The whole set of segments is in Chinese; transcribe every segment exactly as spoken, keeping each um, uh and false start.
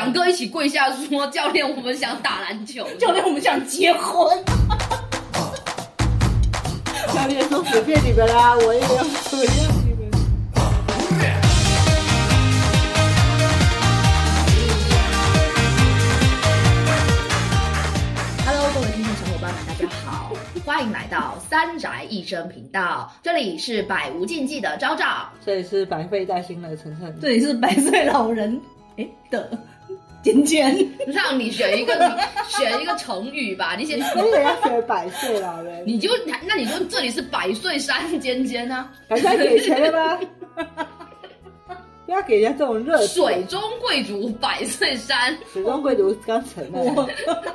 两个一起跪下说：“教练，我们想打篮球。” 教练，我们想结婚。 教练说：“随便你们啦，我也要这样你们。” Hello， 各位听众小伙伴们，大家好，欢迎来到三宅一生频道，这里是百无禁忌的昭昭， 这里是百废待兴的晨晨， 这里是百岁老人哎的尖尖， 让你选一个，你选一个成语吧，你先。 所以要选百岁老人， 你就那你就这里是百岁山尖尖啊， 赶快给钱了吧？不要给人家这种热水中贵族百岁山， 水中贵族刚成的。 我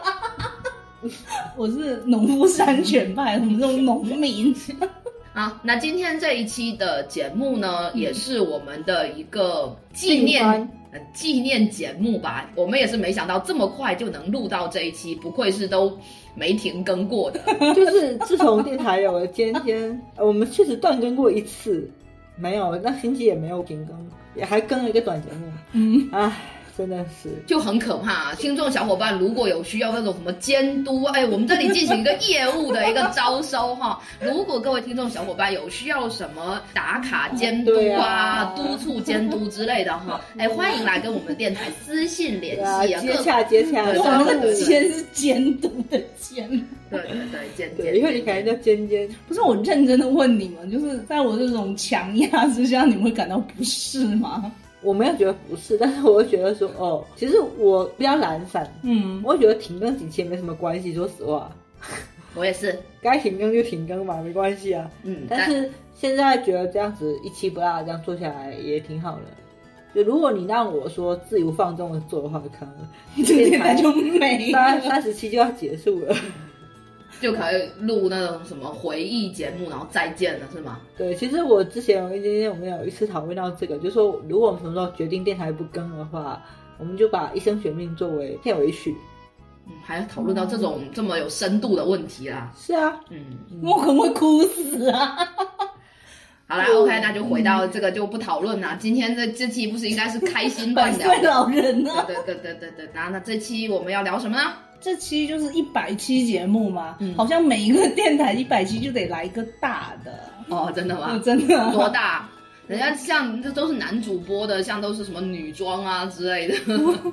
我是农夫山泉派，我们这种农民。 好，那今天这一期的节目呢，也是我们的一个纪念呃纪念节目吧。我们也是没想到这么快就能录到这一期，不愧是都没停更过的。 就是自从电台有了尖尖，我们确实断更过一次，没有，那星期也没有停更，也还更了一个短节目。嗯，唉。真的是就很可怕啊！听众小伙伴如果有需要那种什么监督，哎，我们这里进行一个业务的一个招收哈。如果各位听众小伙伴有需要什么打卡监督啊、啊督促监督之类的哈，哎，欢迎来跟我们的电台私信联系啊， 接洽接洽。 我那个监是监督的监， 对对对，监监。 因为你感觉叫尖尖， 不是我认真的问你们，就是在我这种强压之下，你们会感到不适吗？ 我没有觉得不是，但是我会觉得说，哦，其实我比较懒散，嗯，我会觉得停更几期没什么关系，说实话， 我也是， 该停更就停更嘛，没关系啊，嗯，但是现在觉得这样子一期不落这样做下来也挺好的。就如果你让我说自由放纵的做的话，可能电台就没三三十期就要结束了。 就可以录那种什么回忆节目，然后再见了，是吗？ 对，其实我之前我跟今天我们有一次讨论到这个，就是说如果我们什么时候决定电台不更的话，我们就把《一生悬命》作为片尾曲。 嗯，还要讨论到这种、嗯、这么有深度的问题啦。 是啊， 嗯， 我可能会哭死啊。 好啦 ，OK， 那就回到这个就不讨论啦。今天这这期不是应该是开心乱聊？ 百岁老人啊！ 对对对对对。然后那这期我们要聊什么呢？ 这期就是一百期节目嘛，嗯、好像每一个电台一百期就得来一个大的哦，真的吗？ 哦、真的、啊、 多大？人家像这都是男主播的，像都是什么女装啊之类的，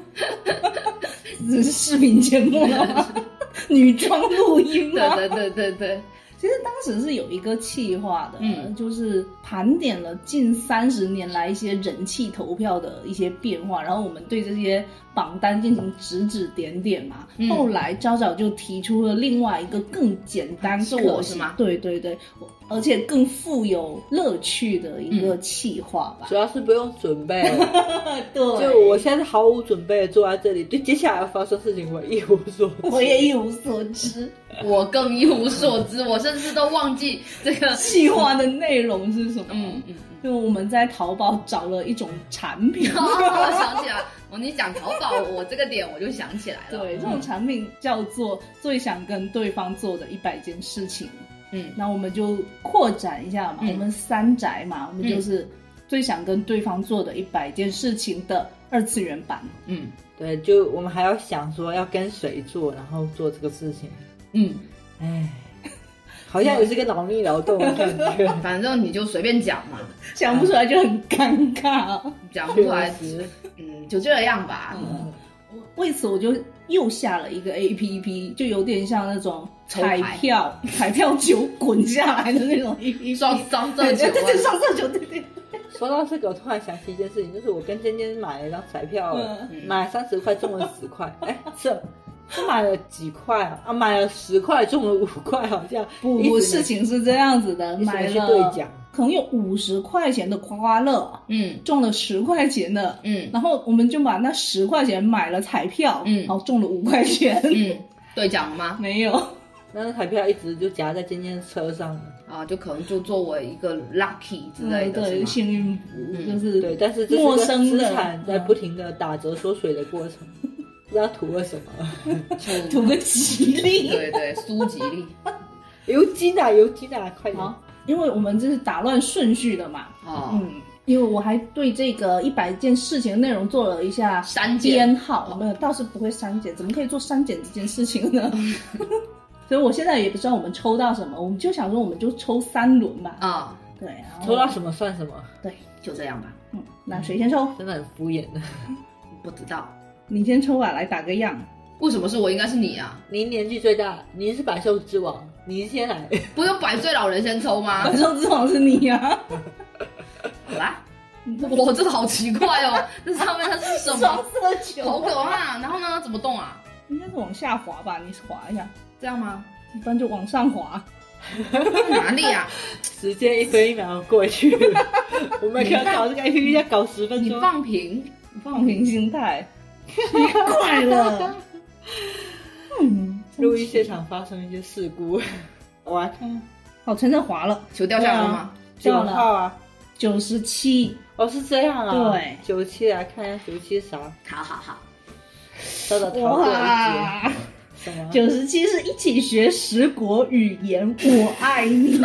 这是视频节目了，女装录音吗？ 对对对对对。 其实当时是有一个企划的，嗯，就是盘点了近三十年来一些人气投票的一些变化，然后我们对这些榜单进行指指点点嘛。嗯、后来昭昭就提出了另外一个更简单， 是我是吗？ 对对对，而且更富有乐趣的一个企划吧。 嗯、主要是不用准备， 对， 就我现在毫无准备的坐在这里，对接下来要发生事情我一无所知， 我也一无所知。 我更一无所知，我甚至都忘记这个企划的内容是什么。 嗯嗯， 就我们在淘宝找了一种产品， 哦、我想起来，哦，你讲淘宝，我这个点我就想起来了。 对，这种产品叫做最想跟对方做的一百件事情。嗯，那我们就扩展一下嘛，嗯、我们三宅嘛，我们就是最想跟对方做的一百件事情的二次元版。 嗯，对，就我们还要想说要跟谁做，然后做这个事情。嗯，哎，好像也是个脑力劳动的感觉。 反正你就随便讲嘛， 讲不出来就很尴尬， 讲不出来，嗯，就这样吧。嗯， 为此我就又下了一个 A P P， 就有点像那种彩票，彩票酒滚下来的那种 A P P， 双双色球， 对对，双色球，对对。 说到这个，我突然想起一件事情，就是我跟尖尖买了一张彩票，嗯、买三十块中了十块，哎，这。是买了几块啊？啊，买了十块，中了五块，好像不不，事情是这样子的，买了兑奖， 可能有五十块钱的刮刮乐，嗯，中了十块钱的，嗯，然后我们就把那十块钱买了彩票，嗯，然后中了五块钱， 嗯，兑奖了吗？ 没有， 那彩票一直就夹在尖尖车上了啊，就可能就作为一个 lucky 之类的， 嗯、对，幸运符，嗯、就是对，但是这陌生的资产在不停的打折缩水的过程。不知道图了什么， 图个吉利， 对对，苏吉利， 油金啊，油金啊，快点！ 因为我们这是打乱顺序的嘛，哦，嗯， 因为我还对这个一百件事情的内容做了一下删减编号，没有，倒是不会删减，怎么可以做删减这件事情呢？所以我现在也不知道我们抽到什么，我们就想说我们就抽三轮吧。 啊、 对，然后抽到什么算什么。 对， 就这样吧。 嗯，那谁先抽？ 真的很敷衍的。 不知道你先抽吧，来打个样。 为什么是我，应该是你啊？ 您年纪最大，您是百兽之王，您先来。 不用百岁老人先抽吗百？兽之王是你呀、啊。 好啦，我这个好奇怪哦，这上面它是什双么？ 色球， 好可怕！然后呢，怎么动啊？ 应该是往下滑吧？你滑一下， 这样吗？ 一般就往上滑。 哪里啊？ 时间一分一秒过去了，我们可要搞这个 A P P 要搞十分你钟。 放平，你放平心态，奇怪了。嗯， 录音现场发生一些事故，我来看好，晨晨滑了， 球掉下来了吗？ 九掉了号啊。 九十七。 哦，是这样啊。 对， 九七来看一下九七啥？ 好好好， 稍等，逃过一劫。什么？ 九十七是一起学十国语言，我爱你。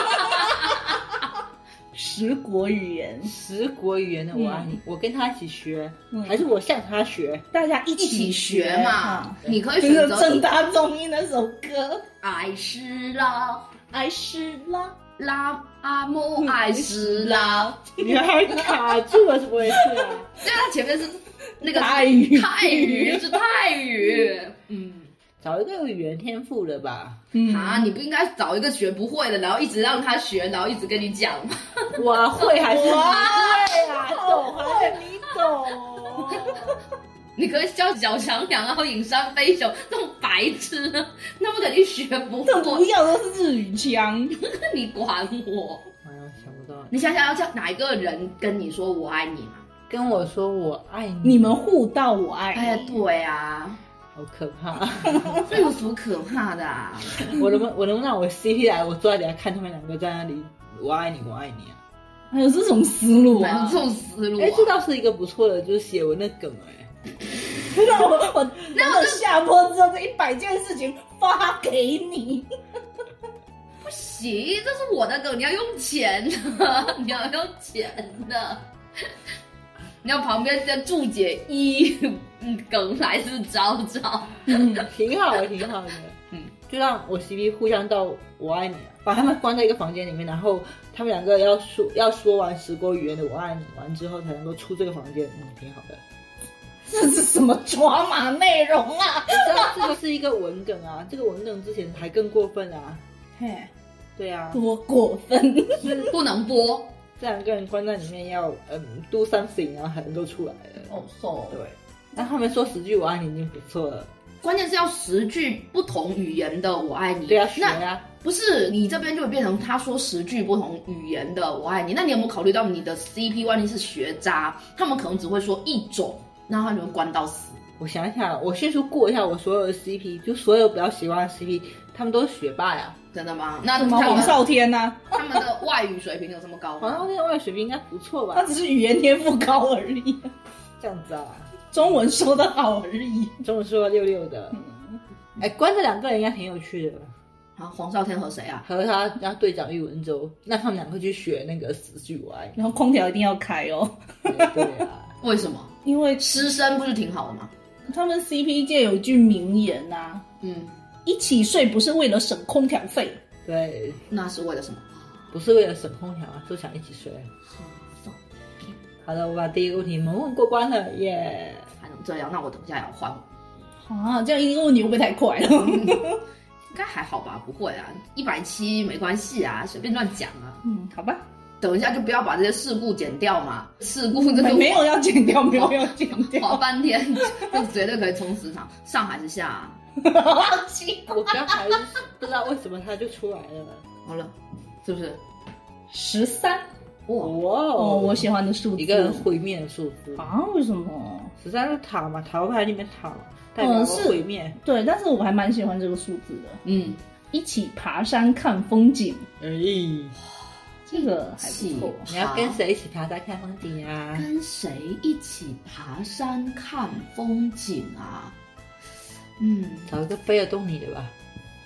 十国语言， 十国语言的我爱你， 嗯我跟他一起学， 嗯还是我向他学？ 大家一一起学学嘛啊。 你可以这个选择正大综艺那首歌， 爱是啦爱是啦。 啦阿莫爱是啦， 你还卡住了，怎么回事啊？ 对啊，它前面是那个泰语泰语是泰语，嗯。 找一个有语言天赋的吧。 嗯啊，你不应该找一个学不会的，然后一直让他学，然后一直跟你讲吗？ 我会还是你会哇啊？懂还是你懂？ 你可以叫小强两，然后引山飞熊这种白痴，他们肯定学不这不会。 要都是日语腔。 你管我？ 哎呀，想不到， 你想想要叫哪一个人跟你说我爱你嘛？ 跟我说我爱你， 你们互道我爱你。 哎呀，对啊， 好可怕！ 这有什么可怕的啊？ 我能不能我能不能让我 C P 来，我坐在底下看他们两个在那里，我爱你，我爱你啊！ 还有这种思路哪有啊这！种思路啊哎，？这倒是一个不错的，就是写文的梗哎。 那我我等我下播之后，这一百件事情发给你。 不行，这是我的梗，你要用钱的，你要用钱的。你要旁边再注解一嗯梗来是招招， 嗯， 挺好的，挺好的。 嗯， 就让我 C P 互相道我爱你啊，把他们关在一个房间里面，然后他们两个要说要说完十国语言的我爱你，完之后才能够出这个房间，嗯，挺好的。 这是什么抓马内容啊？ 这这个是一个文梗啊，这个文梗之前还更过分啊。 嘿， 对啊， 多过分！ 不能播。 这两个人关在里面要嗯 do something，然后才能够出来的。 哦，瘦。 对，那他们说十句我爱你已经不错了。 关键是要十句不同语言的我爱你。 对啊，学那啊。 不是你这边就会变成他说十句不同语言的我爱你，那你有没有考虑到你的 C P 万一是学渣，他们可能只会说一种，那他就会关到死。 我想想，我迅速过一下我所有的 C P，就所有比较喜欢的 C P，他们都是学霸呀。 真的吗？那什么他们黄少天呢、啊？ 他们的外语水平有这么高吗？ 黄少天外语水平应该不错吧？ 他只是语言天赋高而已， 这样子啊， 中文说得好而已。 中文说溜溜的。哎、关这两个人应该挺有趣的。 啊，黄少天和谁啊？ 和他然后对讲语文周，让他们两个去学那个十句我爱你。 然后空调一定要开哦， 对对啊， 为什么？ 因为师生不是挺好的吗？ 他们 C P 界有一句名言呐、啊， 嗯， 一起睡不是为了省空调费。 对， 那是为了什么？ 不是为了省空调啊，就想一起睡。好的，我把第一个问题蒙混过关了，耶、 还能这样？那我等一下也要换。 啊，这样一个问题会不会太快了？ 应该还好吧，不会啊，一百七没关系啊，随便乱讲啊。 嗯，好吧， 等一下就不要把这些事故剪掉嘛，事故这个没有要剪掉，没有要剪划掉。 半天，就绝对可以冲时长。上还是下、啊？ 好奇我刚才不知道为什么他就出来了。 好了，是不是？ 十三哇， 哇哦，我喜欢的数字。 一个毁灭的数字啊？为什么？ 十三是塔嘛，塔罗牌里面塔嘛，代表了呃是毁灭。 对，但是我还蛮喜欢这个数字的。 嗯， 一起爬山看风景， 哎， 这个还不错。 你要跟谁一起爬山看风景啊？ 跟谁一起爬山看风景啊？嗯， 找一个背得动你的吧。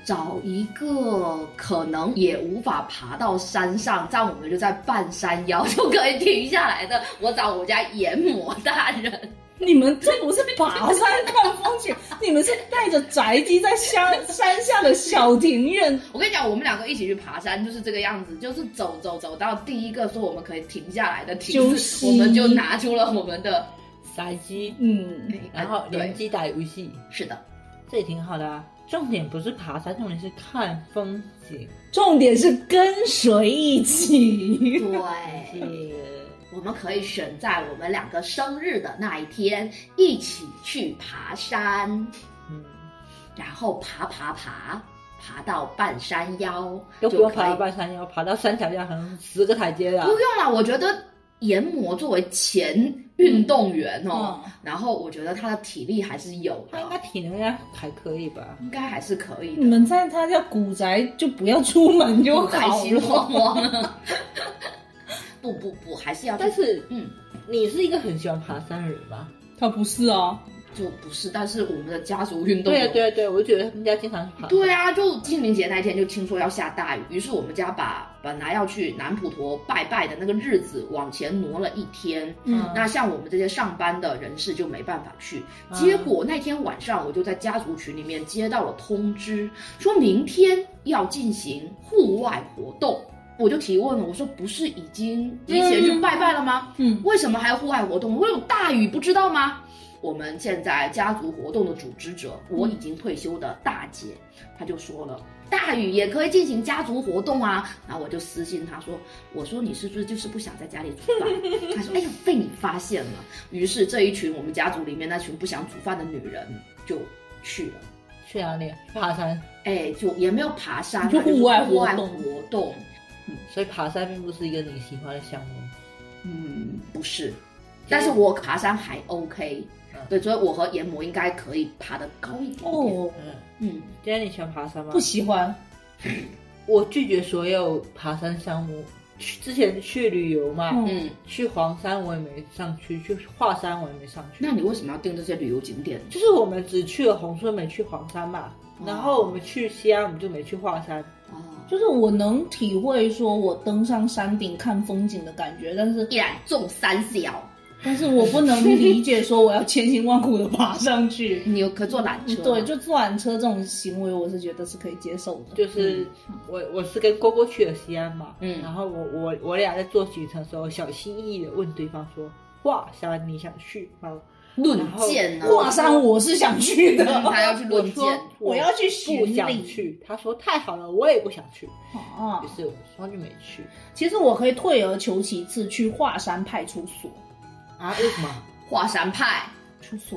找一个可能也无法爬到山上，这样我们就在半山腰就可以停下来的。我找我家研磨大人。 你们这不是爬山看风景，你们是带着宅基在山山下的小庭院。 我跟你讲，我们两个一起去爬山就是这个样子，就是走走走到第一个说我们可以停下来的亭子，我们就拿出了我们的宅基， 嗯， 然后联机打游戏。 是的， 这也挺好的啊。重点不是爬山，重点是看风景， 重点是跟谁一起。 对，我们可以选在我们两个生日的那一天一起去爬山，嗯，然后爬爬爬爬到半山腰， 又不用爬到半山腰，爬到三条架可能十个台阶了。 不用啦，我觉得研磨作为前运动员哦、嗯，然后我觉得他的体力还是有的， 他应该体能应该还可以吧？ 应该还是可以的。 你们在他家古宅就不要出门就好了。不不不，还是要。 但是，嗯，你是一个很喜欢爬山的人吧？ 他不是啊， 就不是。但是我们的家族运动， 对啊对啊对，我就觉得他们家经常去爬。 对啊，就清明节那一天就听说要下大雨，于是我们家把本来要去南普陀拜拜的那个日子往前挪了一天。嗯，那像我们这些上班的人士就没办法去。结果那天晚上我就在家族群里面接到了通知，说明天要进行户外活动。我就提问了，我说不是已经提前就拜拜了吗？嗯，为什么还要户外活动？我有大雨不知道吗？我们现在家族活动的组织者，我已经退休的大姐，她就说了，大雨也可以进行家族活动啊。然后我就私信她说，我说你是不是就是不想在家里煮饭？她说，哎呀，被你发现了。于是这一群我们家族里面那群不想煮饭的女人就去了。 去哪里？去爬山？ 哎，就也没有爬山， 就户外活动。活动嗯，所以爬山并不是一个你喜欢的项目。 嗯，不是，但是我爬山还 OK。嗯、对，所以我和研磨应该可以爬得高一点点。哦， 嗯嗯，今天你喜欢爬山吗？ 不喜欢。 我拒绝所有爬山项目。之前去旅游嘛，嗯，去黄山我也没上去，去华山我也没上去。 那你为什么要订这些旅游景点？ 就是我们只去了红村，没去黄山嘛。哦、然后我们去西安，我们就没去华山。 哦，就是我能体会说我登上山顶看风景的感觉，但是依然中三小。 但是我不能理解说我要千辛万苦的爬上去。 你有可坐缆车？ 对，就坐缆车这种行为，我是觉得是可以接受的。 就是我我是跟蝈蝈去了西安嘛，嗯，然后我我我俩在做行程的时候，小心翼翼的问对方说：“华山你想去吗？” 论剑呢？ 华山我是想去的， 嗯、他要去论剑， 我要去巡礼。 不想去，他说太好了，我也不想去。啊，于是我双就没去。 其实我可以退而求其次，去华山派出所。 啊？为什么？ 华山派出所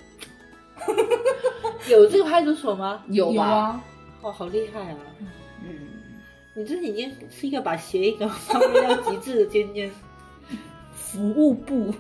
有这个派出所吗？ 有吧？ 有啊！ 哦，好厉害啊！嗯，你这已经是一个把谐音梗发挥到极致的尖尖。 服务部。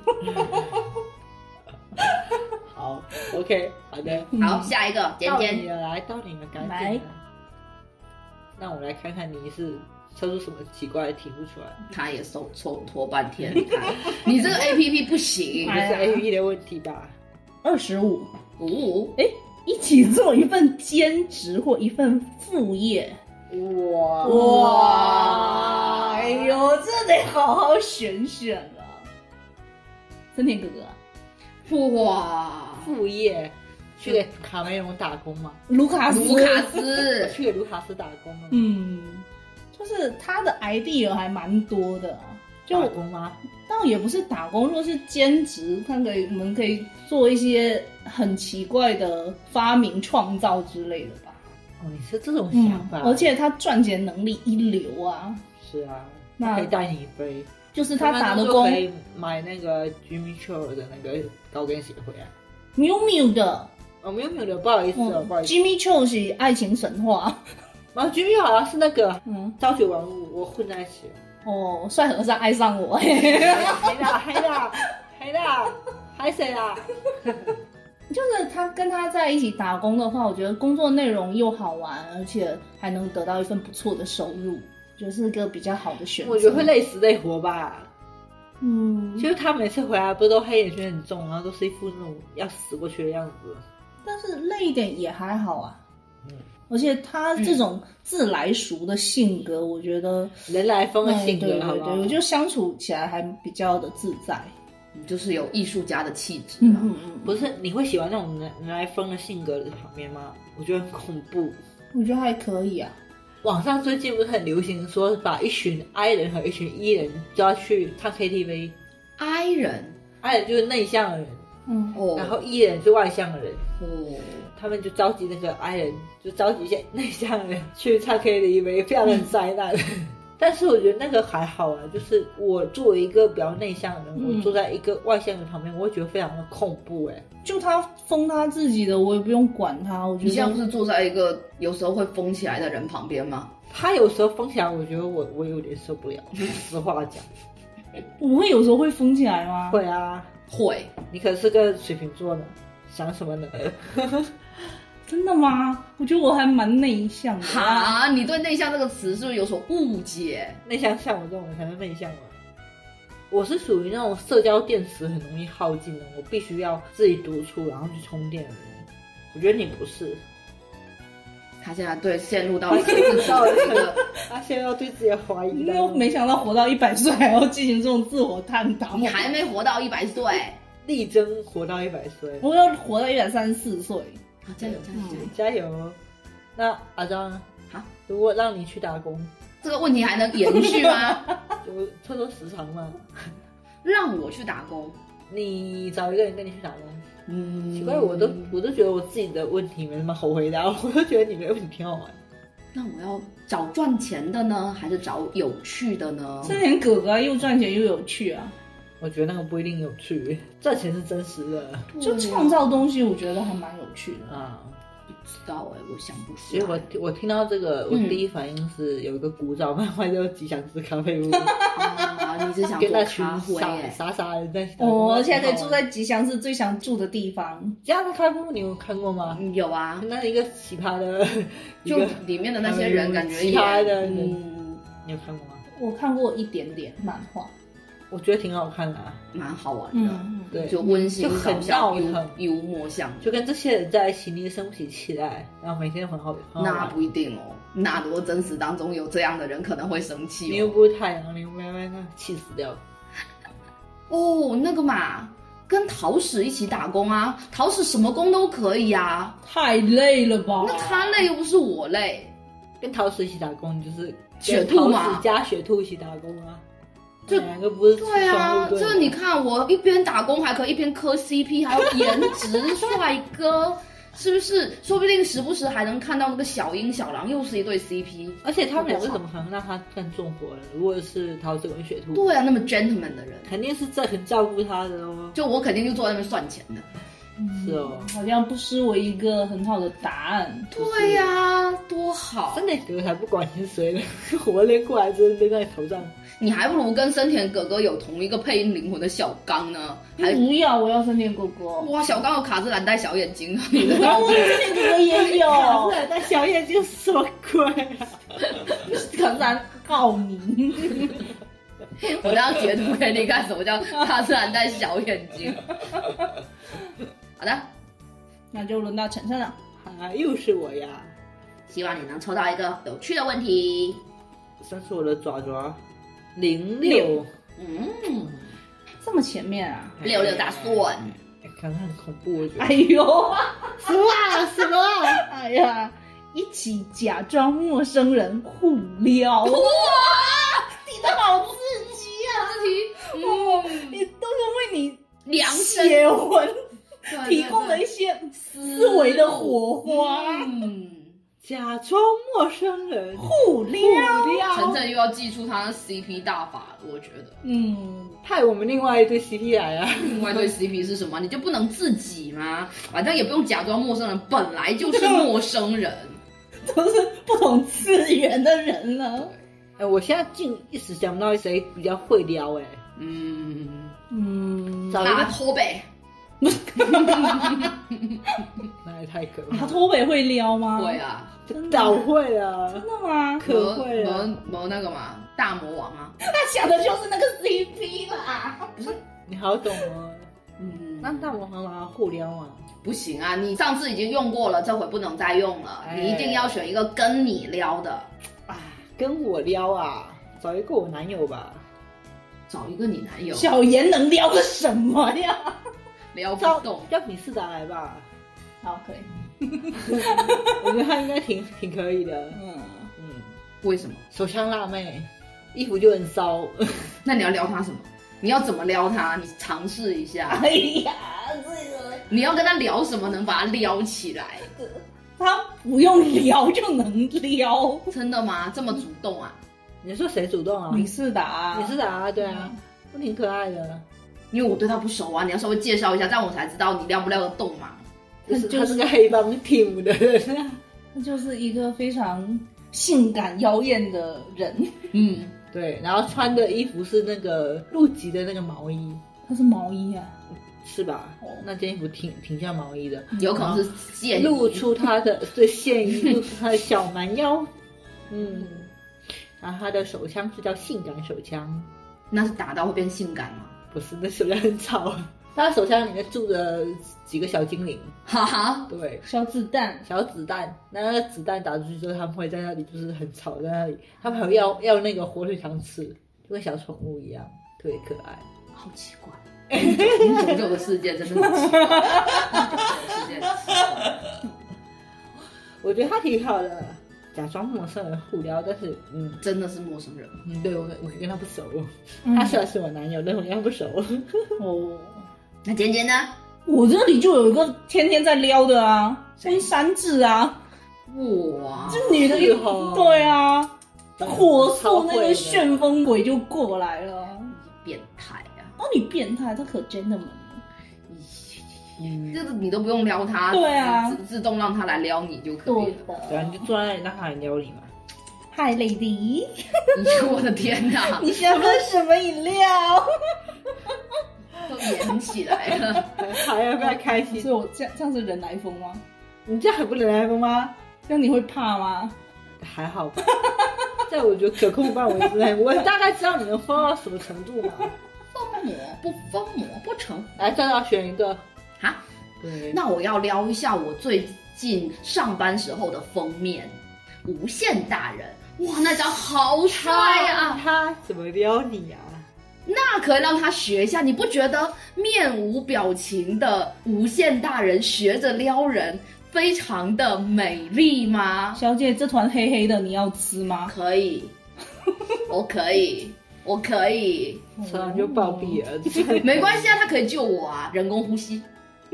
好 ，OK， 好的， 好，下一个尖尖， 到你了，来，到你了，赶紧来。那我来看看你是抽出什么奇怪的题目出来。 他也手抽拖半天，你看，你这个 A P P 不行， 这是 A P P 的问题吧？ 二十五， 五， 哎，一起做一份兼职或一份副业。 哇哇！哎呦，这得好好选选了。森田哥哥， 哇， 副业去给卡梅隆打工吗？ 卢卡斯， 卢卡斯去给卢卡斯打工吗？ 嗯，就是他的 idea 还蛮多的。就打工吗？ 倒也不是打工，若是兼职，看可以我们可以做一些很奇怪的发明创造之类的吧。 哦，你是这种想法、 嗯，而且他赚钱能力一流啊。 是啊，那可以带你飞。 就是他打的工， 可以买那个 Jimmy Choo 的那个高跟鞋回来。 miu miu 的， 哦 miu miu 的，不好意思哦，嗯、不好意思。 Jimmy Choo 是爱情神话， 然后 Jimmy 好像是那个嗯朝九晚五，我混在一起了。 哦，帅和尚爱上我， 黑啦黑啦黑啦，还谁啦？ 就是他跟他在一起打工的话，我觉得工作内容又好玩，而且还能得到一份不错的收入，就是个比较好的选择。 我觉得会累死累活吧。 嗯， 就是他每次回来不都黑眼圈很重，然后都是一副那种要死过去的样子。 但是累一点也还好啊。 嗯， 而且他这种自来熟的性格，我觉得人来疯的性格， 嗯、对好不好？ 对对，我觉得相处起来还比较的自在。 就是有艺术家的气质、啊。 嗯嗯嗯， 不是，你会喜欢那种人人来疯的性格的场面吗？我觉得很恐怖。 我觉得还可以啊。 网上最近不是很流行说，把一群 I 人和一群 E 人就要去唱 K T V。I 人 ，I 人就是内向的人， 嗯， 哦， 然后 E 人是外向的人， 哦， 他们就召集那个 I 人，就召集一些内向的人去唱 K T V， 非常的灾难。但是我觉得那个还好啊，就是我作为一个比较内向的人，嗯、我坐在一个外向的旁边，我会觉得非常的恐怖哎、欸。 就他疯他自己的，我也不用管他。我觉得你现在不是坐在一个有时候会疯起来的人旁边吗？ 他有时候疯起来，我觉得我我有点受不了。实话讲， 我会有时候会疯起来吗？ 会啊， 会。 你可是个水瓶座呢，想什么呢？ 真的吗？我觉得我还蛮内向的。 哈，你对内向这个词是不是有所误解？ 内向像我这种人才能内向吗？我是属于那种社交电池很容易耗尽的，我必须要自己独处然后去充电的人。我觉得你不是。 他现在对陷入到自己的一个， 他现在要对自己的怀疑。 因为没想到活到一百岁还要进行这种自我探讨。 你还没活到一百岁， 力争活到一百岁。 我要活到一百三十四岁。 好，加油加油加油加油！那阿张呢？ 啊， 如果让你去打工， 这个问题还能延续吗？ 就凑凑时长嘛。 让我去打工， 你找一个人跟你去打工。 嗯， 奇怪，我都我都觉得我自己的问题没什么好回答，我都觉得你的问题挺好玩。 那我要找赚钱的呢，还是找有趣的呢？ 这点哥哥又赚钱又有趣啊。 我觉得那个不一定有趣，赚钱是真实的， 就创造东西，我觉得还蛮有趣的啊。 不知道哎、欸，我想不出来。所以我我听到这个，我第一反应是有一个古早漫画叫《吉祥寺咖啡屋》 啊，你是想做咖啡欸？傻傻的在哦，而且还可以住在吉祥寺最想住的地方。 吉祥寺咖啡屋你有看过吗？ 有啊， 那一个奇葩的， 就里面的那些人感觉奇葩的， 嗯， 你有看过吗？ 我看过一点点漫画。 我觉得挺好看的、啊， 蛮好玩的， 嗯、 对， 就温馨搞笑、 幽幽默向， 就跟这些人在一起，你生不起气来，然后每天很好。很好那不一定哦，那如果真实当中有这样的人，可能会生气、哦。 你又不是太阳，你慢慢那气死掉了。 哦，那个嘛，跟桃矢一起打工啊，桃矢什么工都可以啊， 太累了吧？ 那他累又不是我累， 跟桃矢一起打工就是雪兔嘛， 加雪兔一起打工啊。 就两个不是对啊，就是你看我一边打工还可以一边磕 C P， 还有颜值帅哥，是不是？说不定时不时还能看到那个小樱小狼又是一对 C P， 而且他们两个怎么可能让他干重活呢？如果是桃矢跟雪兔， 对啊，那么 gentleman 的人， 肯定是在很照顾他的哦。 就我肯定就坐在那边算钱的。 是哦， 好像不失为一个很好的答案。 对呀、啊，多好！ 森田哥哥才不管你是谁呢，我连过来就是扔在你头上。 你还不如跟森田哥哥有同一个配音灵魂的小刚呢。还不要，我要森田哥哥。 哇，小刚有卡姿兰带小眼睛啊！ 你的森田哥哥也有卡姿兰带小眼睛是什么鬼啊？ 卡姿兰告你。 我这样截图给你看，什么叫卡姿兰带小眼睛？好的， 那就轮到晨晨了。 啊，又是我呀！ 希望你能抽到一个有趣的问题。 算是我的爪爪，零六， 嗯， 这么前面啊！ 六六大顺， 看他很恐怖，我觉得。 哎呦， 什么啊？什么啊？ 哎呀，一起假装陌生人互撩。哇，你的好刺激啊！ 这题，哦， 你都是为你量血魂提供了一些思维的火花。 嗯， 假装陌生人互撩， 晨晨又要祭出他的 C P 大法了，我觉得。 嗯， 派我们另外一对 C P 来啊！ 另外一对 C P 是什么？你就不能自己吗？反正也不用假装陌生人，本来就是陌生人， 都是不同次元的人了。 哎，我现在竟一时想不到谁比较会撩哎。 嗯嗯， 找一个脱北。 那也太可怕了。 他脱北会撩吗？ 会啊， 早会了。 真的吗？ 可会了。 魔魔那个嘛，大魔王啊。 他想的就是那个 C P 啦。 不是，你好懂哦。 嗯， 那那我很好互撩啊。 不行啊，你上次已经用过了，这回不能再用了， 哎、 你一定要选一个跟你撩的。 啊，跟我撩啊，找一个我男友吧。 找一个你男友。 小妍能撩个什么呀？ 撩不动， 叫米斯达来吧。 好，可以。 我觉得他应该挺挺可以的。 嗯嗯， 为什么？ 手枪辣妹，衣服就很骚。 那你要撩他什么？你要怎么撩他？你尝试一下。 哎呀，这个你要跟他聊什么能把他撩起来？ 他不用撩就能撩， 真的吗？这么主动啊？ 你说谁主动啊？ 米斯达， 米斯达，对啊，不挺可爱的。 因为我对他不熟啊，你要稍微介绍一下，这样我才知道你撩不撩得动嘛。 就是他是个黑帮 team 的人， 他就是一个非常性感妖艳的人。 嗯， 对，然后穿的衣服是那个陆籍的那个毛衣， 他是毛衣啊， 是吧？哦，那件衣服挺挺像毛衣的， 有可能是线衣露出他的对线衣，露出他的小蛮腰。嗯，然后他的手枪是叫性感手枪， 那是打到会变性感吗？ 不是，那手枪很吵。他的手枪里面住着几个小精灵， 哈哈， 对， 小子弹， 小子弹。那那个子弹打出去之后，他们会在那里就是很吵，在那里，他们还会要要那个火腿肠吃，就跟小宠物一样，特别可爱。 好奇怪。九九九的世界真的很奇怪，世界很奇怪。 我觉得他挺好的，假装陌生人互撩，但是嗯， 真的是陌生人。 嗯，对我我跟他不熟， 嗯他虽然是我男友，但我跟他不熟。 哦， 那简简呢？ 我这里就有一个天天在撩的啊，温山治啊， 哇， 这女的一是哦对啊，火速那个超会的旋风鬼就过来了。 变态啊！ 哦，你变态，他可 gentleman 了。 嗯， 这个你都不用撩他， 对啊自自动让他来撩你就可以对了。 对啊， 的。 你就坐在那里让他来撩你嘛。 嗨，lady， 我的天哪， 你喜欢喝什么饮料？ 都演起来了。 还要不要开心？ 所以我这样这样是人来疯吗？ 你这样还不能来疯吗？ 这样你会怕吗？ 还好吧，在我觉得可控范围之内，我大概知道你能疯到什么程度嘛。 疯魔不疯魔不成来，再要选一个。 啊！ 对， 那我要撩一下我最近上班时候的封面，无限大人。哇，那张好帅啊！ 他怎么撩你啊？ 那可以让他学一下，你不觉得面无表情的无限大人学着撩人，非常的美丽吗？ 小姐，这团黑黑的你要吃吗？ 可以，我可以，我可以， 车上就暴毙了。 没关系啊，他可以救我啊，人工呼吸。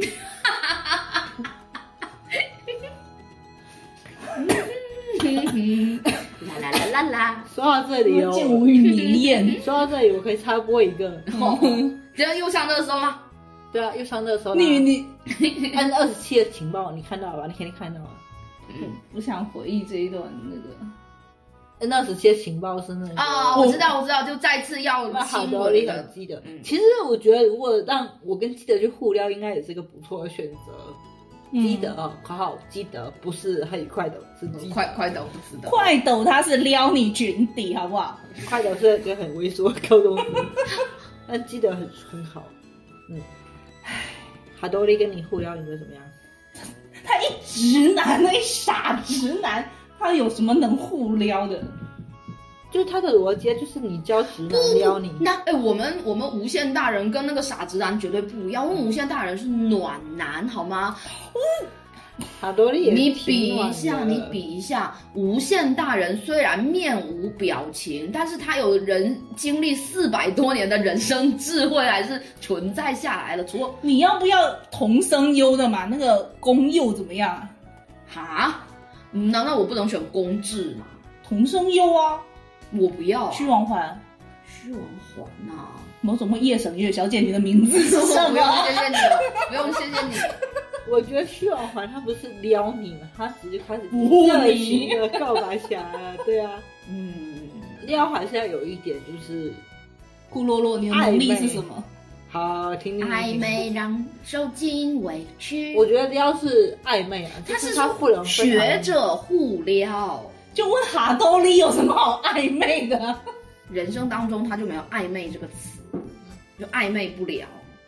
啦啦啦啦啦！ 说到这里哦， 见无语迷艳。 说到这里，我可以插播一个。 哦，只要又上热搜吗？ 对啊，又上热搜了。 你你 N 二十七的情报，你看到了吧？你肯定看到了。 不想回忆这一段那个。 N 二十七的情报是那个啊、哦，我知道，我知道，就再次要那好的， 亲吻你的很记得。 嗯其实我觉得，如果让我跟基德去互撩，应该也是个不错的选择。基德哦，好好，基德不是很快的，是基德快快的，我不知道。 快斗他是撩你裙底，好不好？ 快的是个很猥琐的高中生，但基德很很好。嗯，唉，哈多利跟你互撩，你觉得怎么样？ 他一直男，那一傻直男，他有什么能互撩的？ 就是他的逻辑，就是你教直男撩你。 那哎、我们我们无限大人跟那个傻直男绝对不一样，我们无限大人是暖男，好吗？ 哈多利也你挺比暖的一下，你比一下，无限大人虽然面无表情，但是他有人经历四百多年的人生智慧，还是存在下来了。除了你要不要同声优的嘛？那个公幼怎么样啊？ 哈，嗯难道我不能选公智吗？ 同声优啊， 我不要、啊、 虚王环， 虚王环呐、啊。 某种会夜神月小姐，你的名字是什不用么？ 谢谢你了，不用谢谢你。 我觉得虚王环他不是撩你嘛，他只是开始污热你情的告白起来了。对啊， 嗯， 撩还是要有一点就是库洛洛，你的能力是什么？ 好听听听暧昧让受尽委屈。 我觉得撩是暧昧啊，就他是是他不能学着互撩， 就问哈兜里有什么好暧昧的？ 人生当中他就没有暧昧这个词，就暧昧不了。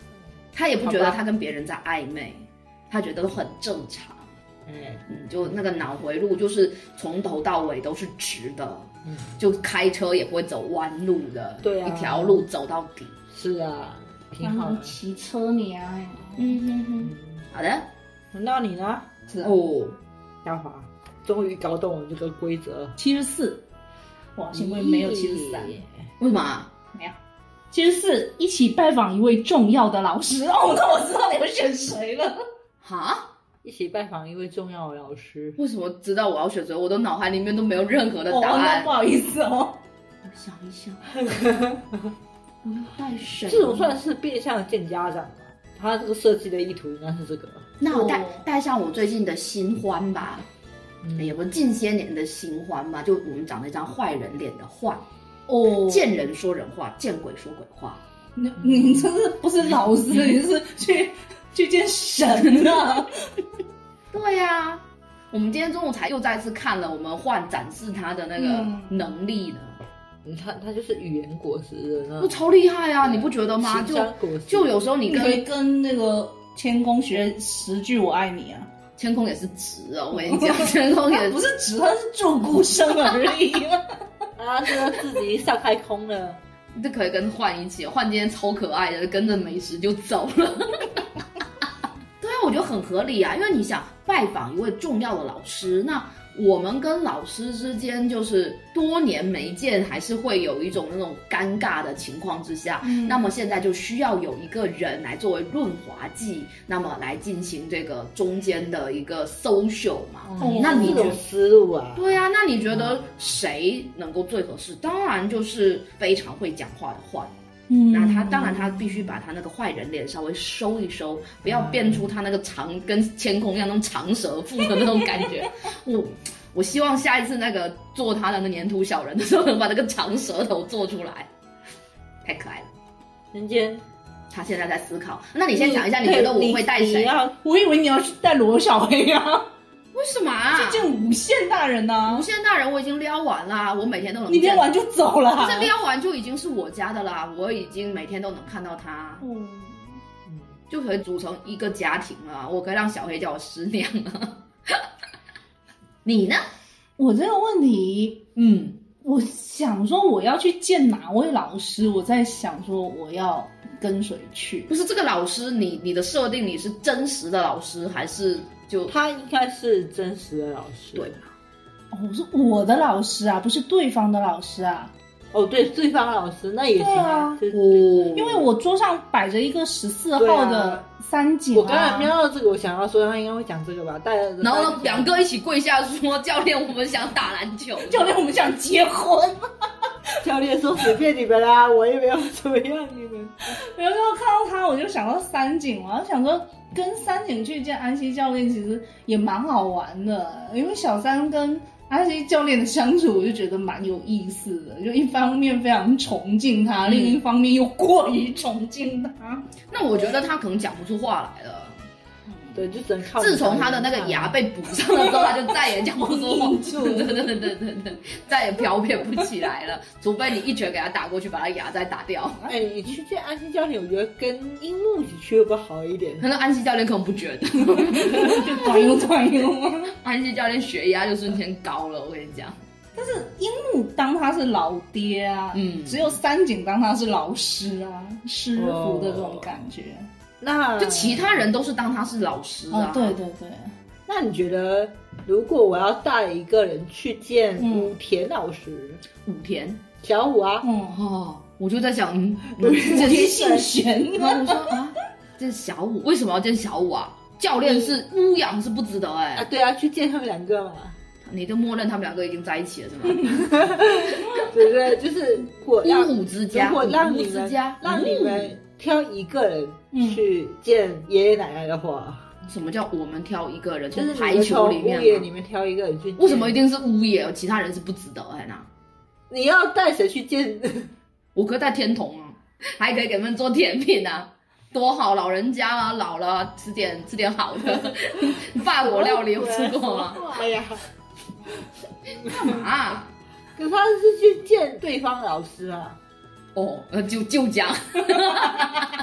他也不觉得他跟别人在暧昧，他觉得很正常。嗯，就那个脑回路就是从头到尾都是直的，嗯，就开车也不会走弯路的， 对啊， 一条路走到底。 是啊，挺好的。 骑车你啊， 嗯哼哼，好的， 轮到你呢？ 是哦， 嘉华终于搞懂了这个规则。 七十四，哇，幸亏没有七十三。 为什么啊？ 没有。七十四，一起拜访一位重要的老师。哦，那我知道你们选谁了。 哈？ 一起拜访一位重要的老师。 为什么知道我要选谁？我的脑海里面都没有任何的答案。 哦、不好意思哦， 我想一想。我要带谁？ 这种算是变相见家长吧？他这个设计的意图应该是这个。 那我带带上我最近的新欢吧，嗯、也不是近些年的新欢吧，就我们长了一张坏人脸的幻。哦，见人说人话，见鬼说鬼话。 你你真是不是老师，你是去去见神啊！ 对呀、啊，我们今天中午才又再次看了我们幻展示他的那个能力呢。 嗯、他他就是语言果实的， 不超厉害啊！你不觉得吗？就就有时候你跟你可以跟那个天空学十句我爱你啊。 天空也是直哦，我跟你讲，天空也不是直，它是注孤生而已。 啊，这个自己上太空了。 这可以跟幻一起，幻今天超可爱的，跟着美食就走了。对啊，我觉得很合理啊，因为你想拜访一位重要的老师，那我们跟老师之间就是多年没见，还是会有一种那种尴尬的情况之下，嗯、那么现在就需要有一个人来作为润滑剂，那么来进行这个中间的一个 social 嘛。 嗯、 那你觉得思路啊？ 对啊，那你觉得谁能够最合适？当然就是非常会讲话的幻。嗯，那他当然他必须把他那个坏人脸稍微收一收，不要变出他那个长跟天空一样那种长舌妇的那种感觉。我我希望下一次那个做他的那粘土小人的时候，能把那个长舌头做出来，太可爱了。 人间， 他现在在思考。那你先讲一下，你觉得我会带谁？ 我以为你要去带罗小黑啊。 为什么啊？ 去见无限大人呢、啊？ 无限大人我已经撩完啦，我每天都能。 你撩完就走了？ 这撩完就已经是我家的啦，我已经每天都能看到他，嗯，就可以组成一个家庭了。我可以让小黑叫我师娘了。你呢？ 我这个问题，嗯，我想说我要去见哪位老师，我在想说我要跟谁去。 不是这个老师，你你的设定你是真实的老师还是？就他应该是真实的老师， 对吧？ 哦，是我的老师啊，不是对方的老师啊。 哦，对，对方老师那也行啊。 哦，因为我桌上摆着一个十四号的三井、啊啊。我刚才瞄到这个，我想要说他应该会讲这个吧。带然后呢，两个一起跪下说：“教练，我们想打篮球。” 教练，我们想结婚。 教练说：“随便你们啦，我也没有怎么样你们。” 然后看到他，我就想到三井嘛，想说。跟三井去见安西教练其实也蛮好玩的，因为小三跟安西教练的相处我就觉得蛮有意思的，就一方面非常崇敬他、嗯、另一方面又过于崇敬他。 那我觉得他可能讲不出话来了。 对，就只能靠。 自从他的那个牙被补上了之后，他就再也讲不出话，对对对对对对，再也飘撇不起来了。除非你一拳给他打过去，把他牙再打掉。 哎，你去见安西教练，我觉得跟樱木一起去会不会好一点？ 可能安西教练可能不觉得， 就短用短用。 安西教练血压就瞬间高了，我跟你讲。 但是樱木当他是老爹啊，嗯，只有三井当他是老师啊，师傅的这种感觉。哦那就其他人都是当他是老师啊， 哦、对对对。 那你觉得，如果我要带一个人去见武田老师， 武田小武啊， 嗯哦，我就在想， 武田信玄， 然后我说啊，见小武为什么要见小武啊？教练是乌养是不值得哎、 欸、啊，对啊，去见他们两个嘛。 你就默认他们两个已经在一起了是吗？ 对不对？就是我五五之家， 如果让你们让你们挑一个人去见爷爷奶奶的话， 嗯、什么叫我们挑一个人？ 就是排球里面， 屋野里面挑一个人去见。 为什么一定是屋野？其他人是不值得哎那？ 你要带谁去见？ 我可以带天童啊，还可以给他们做甜品啊。多好，老人家啊，老了吃点吃点好的，法国料理有吃过吗？ 哎呀， 干嘛、啊？ 可是他是去见对方老师啊。 哦，呃，就就讲，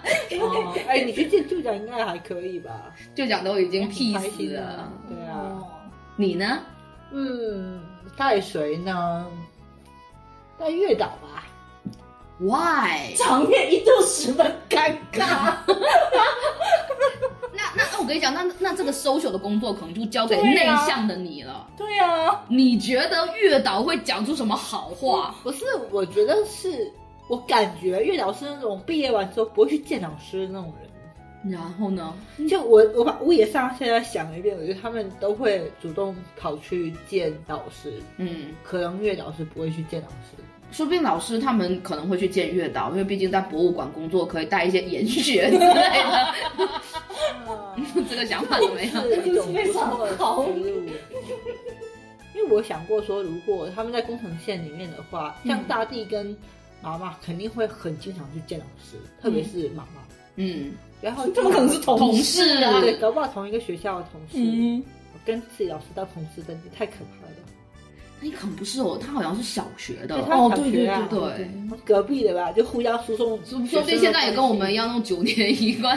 哦，哎，你去见舅讲应该还可以吧？ 舅讲都已经屁死了。 对啊，哦、 你呢？ 嗯，带谁呢？带月岛吧。 Why？ 场面一度十分尴尬。 那那那我跟你讲，那那这个 social 的工作可能就交给内向的你了。 对啊， 你觉得月岛会讲出什么好话？ 不是，我觉得是我感觉月岛是那种毕业完之后不会去见老师的那种人。 然后呢？ 就我我把屋野上现在想了一遍，我觉得他们都会主动跑去见老师。嗯，可能月岛是不会去见老师。 说不定老师他们可能会去见月岛，因为毕竟在博物馆工作，可以带一些研学之类的。这个想法怎么样？ 是一种不错的思路。因为我想过说，如果他们在工程线里面的话，像大地跟妈妈肯定会很经常去见老师，嗯、特别是妈妈。嗯，然后他们可能是同事啊， 对，搞不好同一个学校的同事。嗯，我跟自己老师当同事真的太可怕了。 你可能不是哦，他好像是小学的哦，对对对对对， 隔壁的吧，就互相输送， 说不定现在也跟我们一样，那种九年一贯，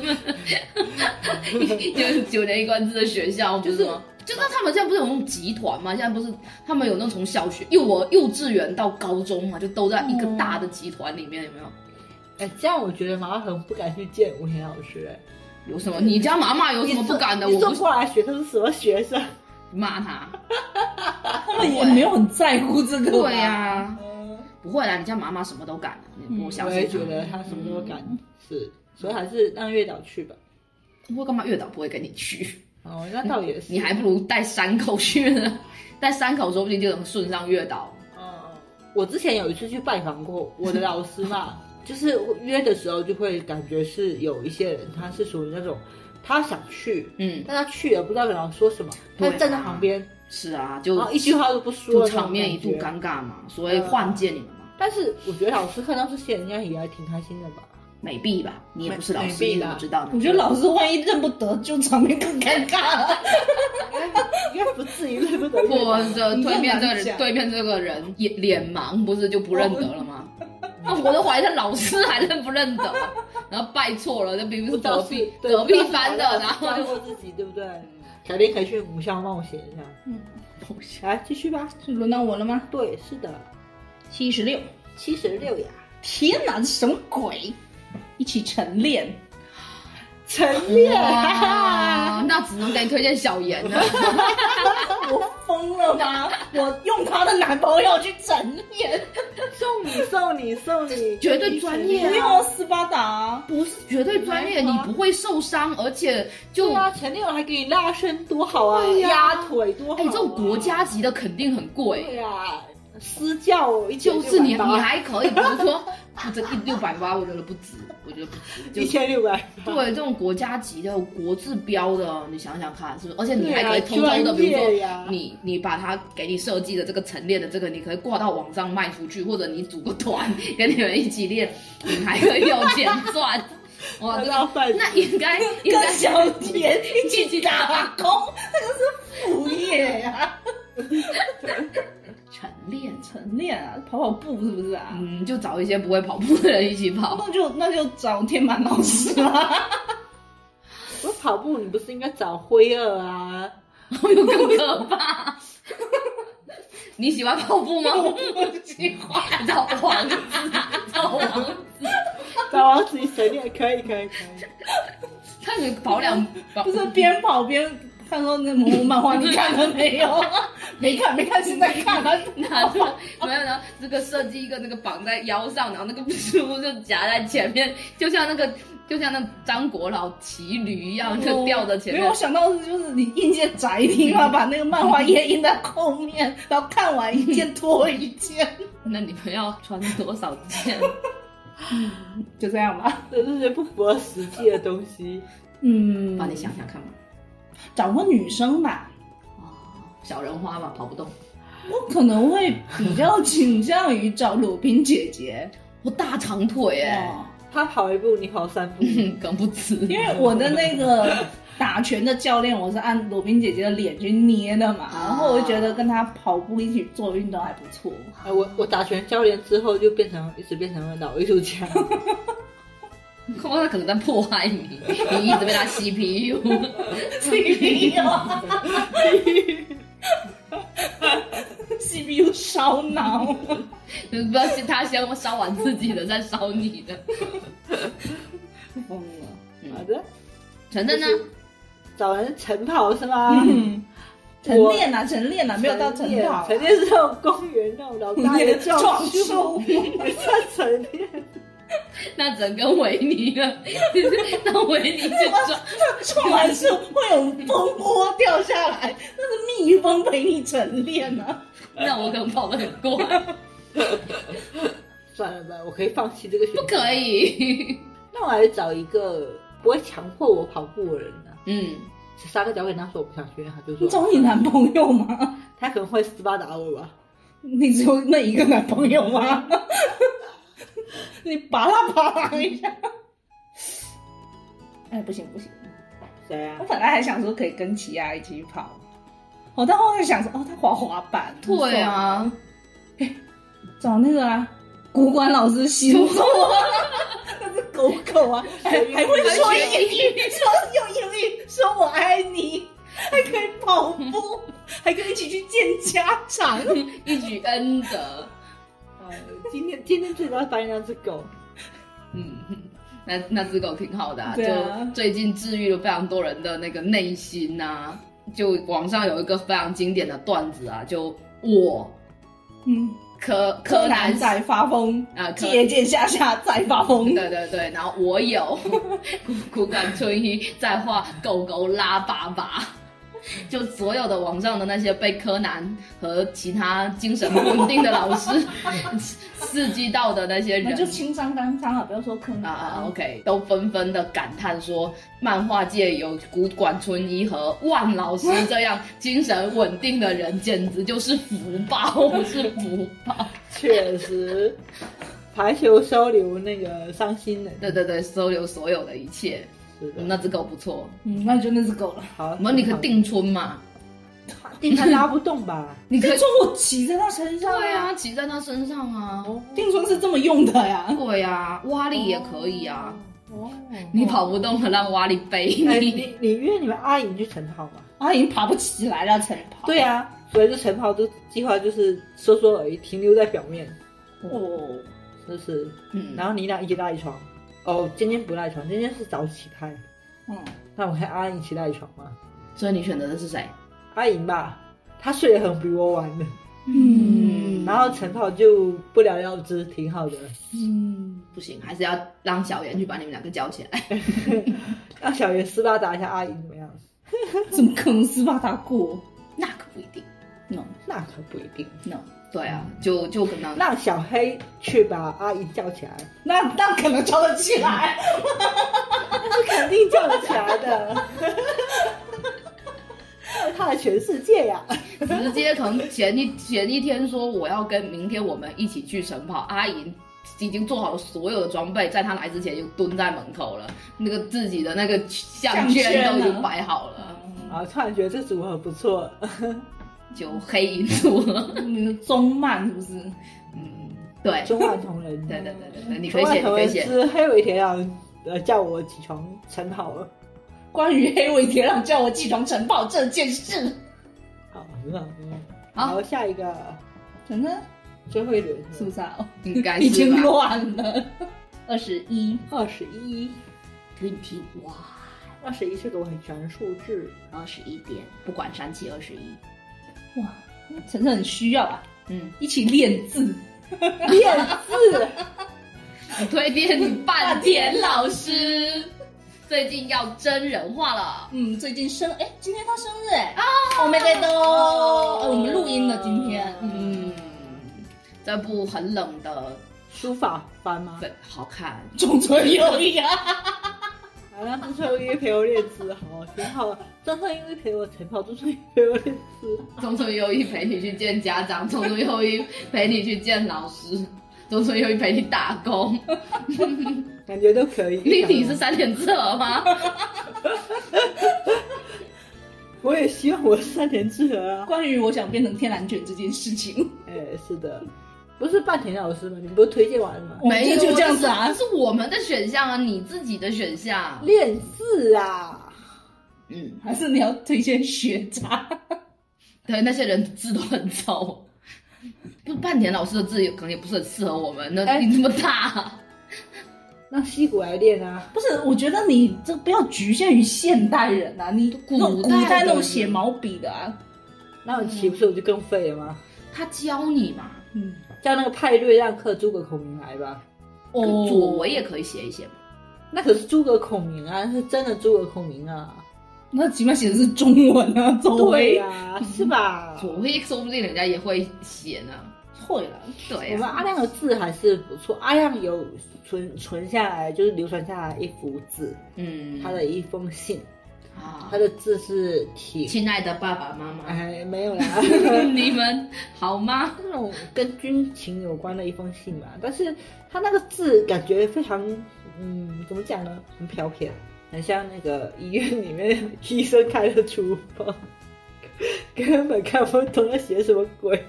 就是九年一贯制的学校，就是就是他们现在不是有那种集团吗？现在不是他们有那种从小学幼儿幼稚园到高中嘛，就都在一个大的集团里面，有没有？ 哎，这样我觉得妈妈很不敢去见吴田老师。哎， 有什么？你家妈妈有什么不敢的？ 你送过来学生是什么学生？ 骂他， 他们也没有很在乎这个。 对呀、啊，嗯、不会啦，你家妈妈什么都敢，嗯、我相信。 我也觉得他什么都敢，嗯、是，所以还是让月岛去吧。 我干嘛月岛不会跟你去？ 哦，那倒也是。 你还不如带山口去呢，带山口说不定就能顺上月岛。 嗯，我之前有一次去拜访过我的老师嘛，就是约的时候就会感觉是有一些人，他是属于那种。他想去，嗯，但他去了不知道跟老师说什么，他站在旁边， 是啊，就一句话都不说， 就场面一度尴尬嘛，所以换届你们嘛。 但是我觉得老师看到这些人，应该也还挺开心的吧？ 美币吧，你也不是老师，你怎么知道？ 我觉得老师万一认不得，就场面更尴尬了。 应该不至于认不得。 或者对面这个人，对面这个人也脸盲，不是就不认得了吗？那我都怀疑他老师还认不认得，然后拜错了，那明明是隔壁隔壁班的，然后就自己对不对？改天可以去母校冒险一下。嗯，来继续吧， 是轮到我了吗？ 对，是的， 七十六， 七十六呀！ 天哪，这什么鬼？一起晨练， 晨练， 那只能给你推荐小妍了。 我疯了吗？我用他的男朋友去晨练， 送你送你送你， 绝对专业、啊， 不用斯巴达， 不是绝对专业，你不会受伤，而且就啊，晨练还给你拉伸，多好啊，压腿多好、啊， 哎，这种国家级的肯定很贵， 对啊。私教就是你，你还可以，比如说这一六百八，我觉得不值，我觉得不值， 一千六百。 对，这种国家级的、国字标的，你想想看，是不是？而且你还可以偷偷的，比如说你你把它给你设计的这个陈列的这个，你可以挂到网上卖出去，或者你组个团跟你们一起练，你还可以有钱赚。哇，这个那应该跟小田一起去打工，那个是副业呀、啊。 晨练， 晨练啊，跑跑步是不是啊？ 嗯，就找一些不会跑步的人一起跑。 那就那就找天满老师啦。 我跑步，你不是应该找辉二啊？ 有更可怕。你喜欢跑步吗？ 我不喜欢。 找王子，找王子， 找王子晨练，可以可以可以。 看你跑两， 不是边跑边。看说那某某漫画你看了没有？没看没看，现在看了。 拿出没有呢？这个设计一个那个绑在腰上，然后那个书就夹在前面，就像那个就像那张国老骑驴一样，就吊着前面。 因为我想到的就是你印件窄厅嘛，把那个漫画页印在后面，然后看完一件脱一件。 那你们要穿多少件？ 嗯，就这样吧。 这是些不符合实际的东西。 嗯， 帮你想想看吧。 找个女生吧， 哦，小人花吧，跑不动。 我可能会比较倾向于找鲁宾姐姐， 我大长腿哎、哦， 她跑一步你跑三步， 更不止。 因为我的那个打拳的教练，我是按鲁宾姐姐的脸去捏的嘛，然后我就觉得跟她跑步一起做运动还不错。 哎，我我打拳教练之后就变成一直变成了老艺术家。 恐怕他可能在迫害你，你一直被他 C P U，C P U 啊，C P U 烧脑， 不知道是他先烧完自己的，再烧你的， 疯了。 好的， 晨晨呢？ 找人晨跑是吗？ 嗯，晨练啊，晨练啊，没有到晨跑、啊。 晨练是那种公园那种老大爷撞树，也算晨练。 那只能跟维尼了，那维尼去撞， 撞完树会有风波掉下来，那是蜜蜂陪你晨练啊。 那我可能跑得很快。 算了吧，我可以放弃这个选择。 不可以。 那我还是找一个不会强迫我跑步的人呢、啊。 嗯， 三个脚跟他说我不想去，他就说找你男朋友吗？ 他可能会斯巴达我吧。 你只有那一个男朋友吗？你拔拉拔拉一下。哎，不行不行。 谁啊？ 我本来还想说可以跟齐亚一起跑，我到后来想说，哦，他滑滑板。 对啊， 哎，找那个啊，古管老师星座。那是狗狗啊，还还会说英语，说用英语说我爱你，还可以跑步，还可以一起去见家长， 一举恩德。 呃，今天今天最主要发现那只狗， 嗯，那那只狗挺好的、啊， 啊就最近治愈了非常多人的那个内心呐、啊。就网上有一个非常经典的段子啊，就我， 嗯。 柯柯南在发疯啊， 借剑下下在发疯。 对对对，然后我有苦感春一在画狗狗拉粑粑，就所有的网上的那些被柯南和其他精神不稳定的老师刺激到的那些人， 那就轻伤当伤啊，不要说柯南啊 ，OK， 都纷纷的感叹说，漫画界有古馆春一和万老师这样精神稳定的人，简直就是福报，是福报。 确实，排球收留那个伤心人。 对对对，收留所有的一切。 是的， 那只狗不错， 嗯，那就那只狗了。 好， 我们你可以定春嘛， 定春拉不动吧？ 你可以定春我骑在它身上、啊。 对啊，骑在它身上啊。 哦， 定春是这么用的呀。 对啊，蛙力也可以啊。 哦， 你跑不动了，让蛙力背你。 哎、你你约你们阿姨去晨跑嘛？ 它已经爬不起来了，晨跑。 对啊，所以这晨跑的计划就是说说而已，停留在表面。 哦， 是不是？ 嗯， 然后你俩一起赖床。哦，今天不赖床，今天是早起开。 嗯， 那我和阿姨一起赖床吗？ 所以你选择的是谁？ 阿莹吧，她睡得很比我晚的。 嗯， 然后晨跑就不了了之，挺好的。 嗯， 不行，还是要让小圆去把你们两个叫起来。 让小圆斯巴达一下阿姨怎么样？ 怎么可能斯巴达过？ 那可不一定。 No， 那可不一定。 No， 对啊，就就可能让小黑去把阿姨叫起来， 那那可能叫得起来。 那是肯定叫得起来的。那是他的全世界呀！ 直接可能前一前一天说我要跟明天我们一起去晨跑，阿姨已经做好了所有的装备，在他来之前就蹲在门口了，那个自己的那个项圈都已经摆好了。 啊，突然觉得这组合不错。 就黑银组合， 嗯，中漫是不是？ 嗯，对， 中外同仁， 对对对对对，你可以写，你可以写。 是黑尾铁狼，呃，叫我起床晨跑了。 关于黑尾铁狼叫我起床晨跑这件事， 好，很好， 好， 好，下一个， 真的最后一轮是不是啊？ 应该已经是吧？ 乱了。二十一， 二十一， twenty one， 二十一是个很全数字， 二十一点，不管三七二十一。 哇，晨晨很需要啊， 嗯， 一起练字， 练字。 我推荐你半田老师，最近要真人化了。 嗯，最近生，哎，今天他生日哎，啊，我没得都，呃，我们录音了今天， 嗯，这部很冷的书法班吗？ 对，好看， 中村优一啊。 好了，中村优一陪我练字，好，挺好。中村优一陪我晨跑，中村优一陪我练字。 中村优一陪你去见家长，中村优一陪你去见老师，中村优一陪你打工， 感觉都可以。 你你是三点字了吗？ 我也希望我是三田智和啊。 关于我想变成天蓝卷这件事情， 哎，是的。 不是半田老师吗？你不是推荐完了吗？ 没有， 就这样子啊， 这是我们的选项啊，你自己的选项。 练字啊， 嗯， 还是你要推荐学渣？ 对，那些人字都很丑。不是半田老师的字可能也不是很适合我们，那哎你这么大。 让西谷来练啊。 不是，我觉得你这不要局限于现代人啊，你古那种古代的代那种写毛笔的啊， 那我岂不是我就更废了吗？ 他教你嘛， 嗯， 叫那个派对让客诸葛孔明来吧。 哦， 左为也可以写一写嘛。 那可是诸葛孔明啊，是真的诸葛孔明啊。 那起码写的是中文啊，左对为呀、啊，是吧？ 左为说不定人家也会写呢。 会了， 对、啊， 我们阿亮的字还是不错，阿亮有存存下来，就是流传下来一幅字， 嗯， 他的一封信， 啊， 他的字是挺， 亲爱的爸爸妈妈， 哎，没有啦， 你们好吗？ 那种跟军情有关的一封信吧，但是他那个字感觉非常，嗯，怎么讲呢？很飘撇，很像那个医院里面医生开的处方，根本看不懂他写什么鬼。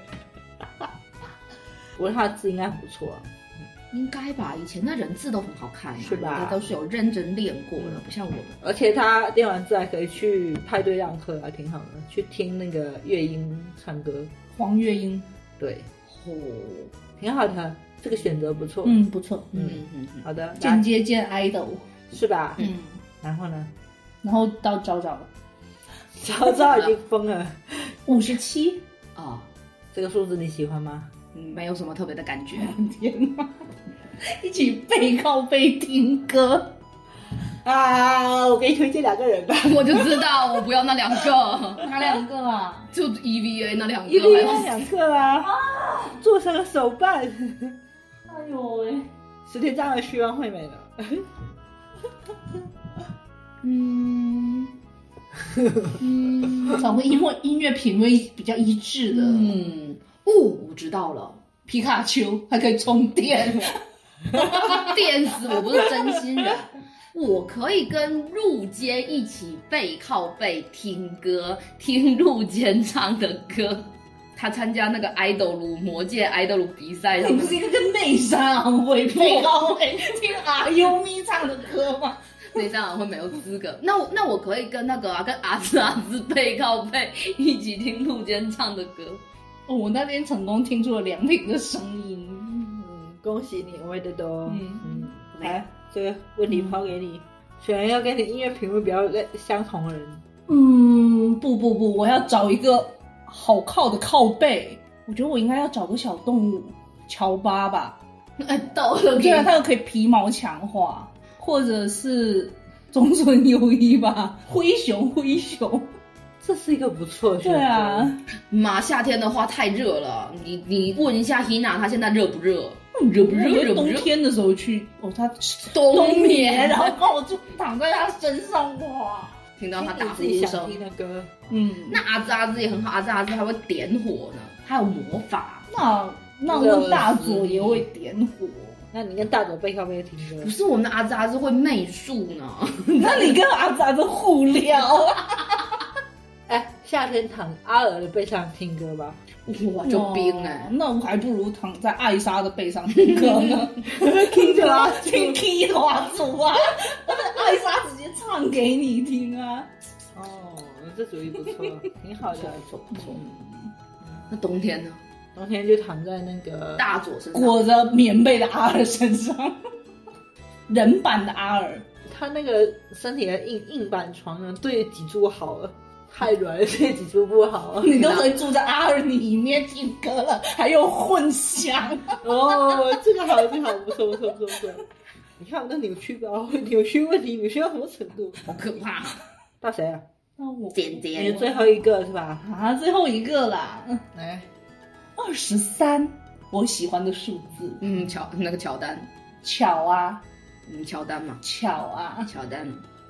我觉得他的字应该不错、啊， 应该吧，以前的人字都很好看、啊， 是吧都是有认真练过的，不像我们。 而且他练完字还可以去派对让课，还挺好的，去听那个乐音唱歌。 黄月英， 对， 哦， 挺好的，这个选择不错。 嗯，不错， 嗯嗯嗯， 好的， 间接见 idol， 是吧？ 嗯， 然后呢？ 然后到昭昭了， 早早已经疯了。 五十七， 哦， 这个数字你喜欢吗？ 嗯没有什么特别的感觉。 天哪，一起背靠背听歌。 啊，我给你推荐两个人吧。 我就知道，我不要那两个， 哪两个啊？ 就 E V A 那两个， 一个还有月两个啊，做成了手办。 哎呦喂， 石田章的希望惠美了。 嗯嗯，找个音乐音乐品味比较一致的， 嗯，哦，我知道了， 皮卡丘还可以充电。 电死我不是真心人。我可以跟入间一起背靠背听歌，听入间唱的歌。他参加那个 idol 魔界 idol 比赛， 你不是一个跟内山昂辉背靠背听阿优咪唱的歌吗？ 内山昂辉没有资格。那我那我可以跟那个啊，跟阿兹阿兹背靠背一起听入间唱的歌。 哦，我那天成功听出了梁平的声音。 嗯，恭喜你，我的多。 嗯嗯，来，这个问题抛给你，选要跟你音乐品味比较相同的人。 嗯，不不不，我要找一个好靠的靠背。我觉得我应该要找个小动物，乔巴吧。 哎，到了， 对啊，它又可以皮毛强化，或者是中村优一吧，灰熊灰熊。 这是一个不错的选择。 对啊， 妈，夏天的话太热了，你你问一下 Hina，她现在热不热？热不热？ 我热不热？ 冬天的时候去，哦，他冬冬眠， 眠， 然后我就躺在他身上，哇， 听到他打呼自己想声。 听的歌。 嗯， 那阿兹阿兹也很好，阿兹阿兹还会点火呢，还有魔法。 那那问大佐也会点火， 那你跟大佐背靠背听歌不。是我们的阿兹阿兹会媚术呢。 那你跟阿杂的互聊， 哎，夏天躺阿尔的背上听歌吧。 哇，就冰哎、 哦那我还不如躺在艾莎的背上听歌呢， 听着啊， 听 K 花组啊，艾莎直接唱给你听啊， 哦，这主意不错，挺好的， 不错不错。那冬天呢？ 冬天就躺在那个大佐身上。 裹着棉被的阿尔身上，人版的阿尔， 他那个身体的硬硬板床呢，对脊柱好了，太软了，对脊柱不好。 你都可以住在阿尔里面听歌了，还有混响。 哦，这个好，这个好，不错不错不错不错。你看我的扭曲吧，扭曲问题扭曲到什么程度？ 好可怕！ 到谁啊？ 那我点点你的最后一个是吧？ 啊，最后一个啦， 来， 二十三，我喜欢的数字， 嗯，乔那个乔丹， 巧啊， 嗯，乔丹嘛， 巧啊， 乔丹。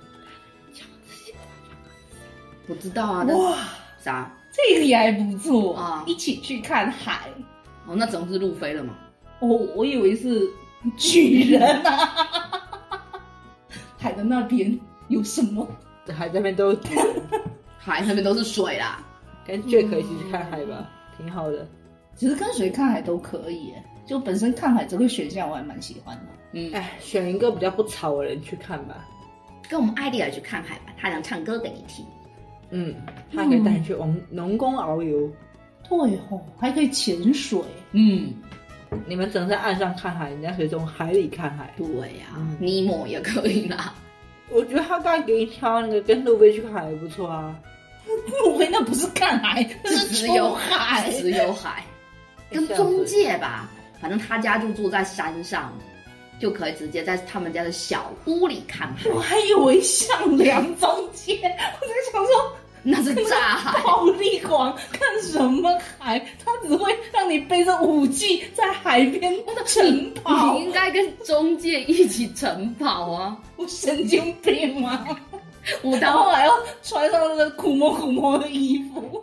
我知道啊，但哇， 啥？ 这题还不错啊一起去看海。 哦，那总是路飞了嘛？ 哦，我以为是巨人啊，海的那边有什么？ 海这边都有海那边都是水啦。 跟 Jack 一起去看海吧，挺好的。 其实跟谁看海都可以耶，就本身看海这个选项我还蛮喜欢的。 嗯，哎，选一个比较不吵的人去看吧。 跟我们艾丽儿去看海吧，他能唱歌给你听。 嗯，他可以带你去农农工遨游。 对哦，还可以潜水。 嗯， 你们只能在岸上看海，人家可以从海里看海。 对呀、啊，尼莫、嗯、也可以啦。 我觉得他刚才给你挑那个跟路飞去看海也不错啊。 路飞那不是看海， 是只有海，只有海。跟中介吧，反正他家就住在山上。就可以直接在他们家的小屋里看海。 我还以为像梁中介，我在想说那是炸海。 暴力狂看什么海？他只会让你背着武器在海边晨跑。 你应该跟中介一起晨跑啊！ 我神经病吗？ 我然后还要穿上那个苦摸苦摸的衣服。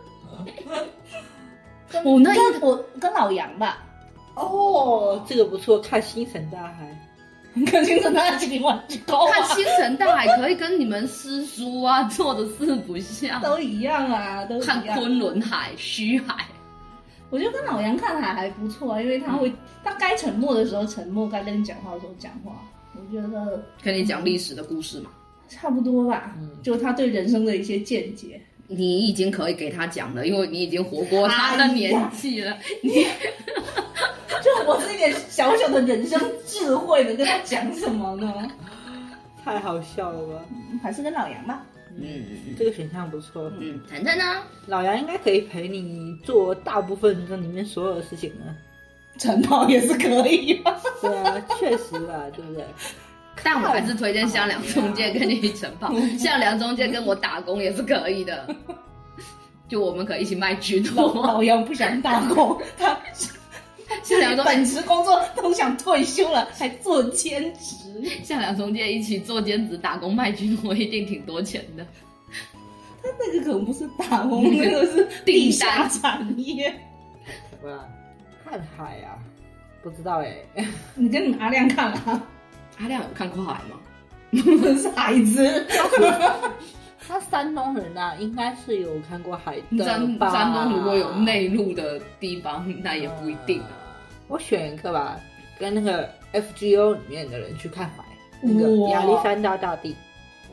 我那跟我跟老杨吧。 哦，这个不错，看星辰大海， 看星辰大海，请你玩去高啊！ 看星辰大海可以跟你们师叔啊做的事不像， 都一样啊，都一样。 看昆仑海、虚海， 我觉得跟老杨看海还不错啊，因为他会，他该沉默的时候沉默，该跟你讲话的时候讲话。我觉得跟你讲历史的故事嘛， 差不多吧，嗯，就他对人生的一些见解。 你已经可以给他讲了，因为你已经活过他的年纪了，哎、你。 就我是一点小小的人生智慧的，跟他讲什么呢？ 太好笑了吧？ 还是跟老杨吧。 嗯，这个选项不错。 嗯，晨晨呢？ 老杨应该可以陪你做大部分这里面所有的事情呢。 晨跑也是可以啊。 对啊，确实啦，对不对？ 但我还是推荐向良中介跟你一起晨跑，向良中介跟我打工也是可以的。就我们可以一起卖居多。 老杨不想打工，他。向良中介本职工作都想退休了，还做兼职。 向良中介一起做兼职打工卖居多，一定挺多钱的。 他那个可能不是打工，那个是地下产业。 什么？看海啊？不知道哎、欸。 你跟你阿亮看啊？ 阿亮有看过海吗？ 是海子。 他山东人啊，应该是有看过海的山吧？ 山东如果有内陆的地方，那也不一定啊。 我选一个吧，跟那个 F G O 里面的人去看海，那个亚历山大大帝。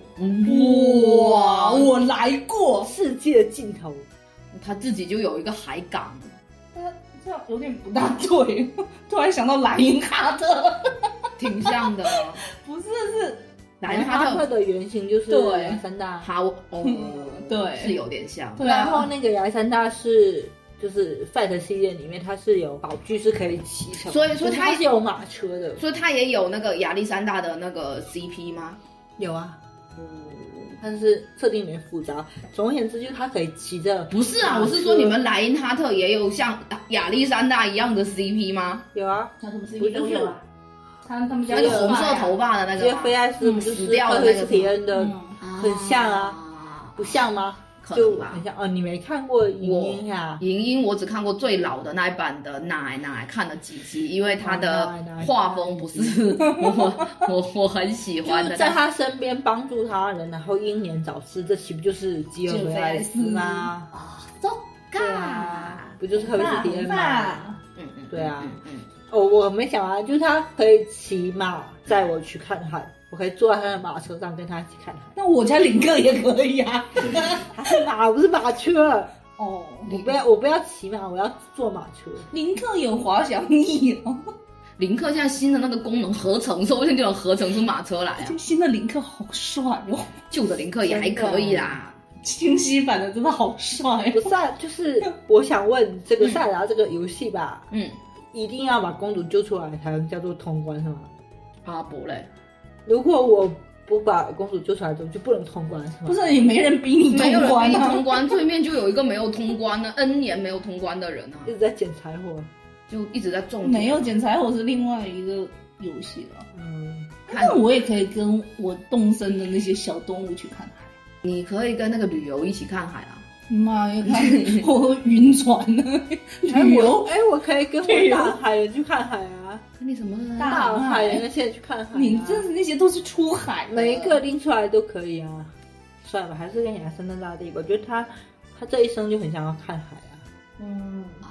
哇，我来过世界尽头， 他自己就有一个海港。 他这样有点不大对，突然想到莱茵哈特， 挺像的。 不是是。 莱茵哈特的原型就是亚历山大， 好哦， 对， 是有点像。 对、 啊，然后那个亚历山大是就是 Fight 系列里面它是有宝具是可以骑乘， 所以说它是有马车的， 所以它也有那个亚历山大的那个 C P 吗？ 有啊，嗯，但是设定有点复杂。总而言之，就是它可以骑着。 不是啊，我是说你们莱茵哈特也有像亚历山大一样的 C P 吗？ 有啊， 像什么 C P 都有啊。他他们家那个红色头发的那个， 杰菲艾斯不是死掉的那个史蒂恩的，很像啊，不像吗？就很像哦。你没看过银鹰呀？ 银鹰我只看过最老的那一版的，拿来拿来看了几集，因为它的画风不是我我我很喜欢的。 在他身边帮助他人，然后英年早逝，这岂不就是吉尔菲艾斯吗？ 啊，这对啊，不就是赫维斯蒂恩吗？ 嗯嗯， 对啊，嗯。哦，我没想完，就是他可以骑马载我去看海，我可以坐在他的马车上跟他一起看海。 那我家林克也可以啊， 他是马不是马车哦。 我不要，我不要骑马，我要坐马车。 林克有滑翔翼哦。 林克现在新的那个功能合成，说不定就能合成出马车来啊。 新的林克好帅哦， 旧的林克也还可以啦。 清晰版的真的好帅。 不是啊，就是我想问这个赛达这个游戏吧， 嗯。 一定要把公主救出来才能叫做通关是吗？ 啊不嘞， 如果我不把公主救出来之后就不能通关是吗？ 不是，也没人逼你通关、啊， 没有人逼你通关，对面就有一个没有通关的 N 年没有通关的人啊， 一直在捡柴火， 就一直在种。 没有捡柴火是另外一个游戏了。 嗯， 那我也可以跟我动身的那些小动物去看海。 你可以跟那个旅游一起看海啊。 妈呀！看我晕船了，旅游哎，我可以跟我大海人去看海啊！ 跟你什么大海人那些去看海、啊？ 你这那些都是出海， 每一个拎出来都可以啊。算了，还是跟亚历山大大帝，我觉得他他这一生就很想要看海啊。 嗯啊，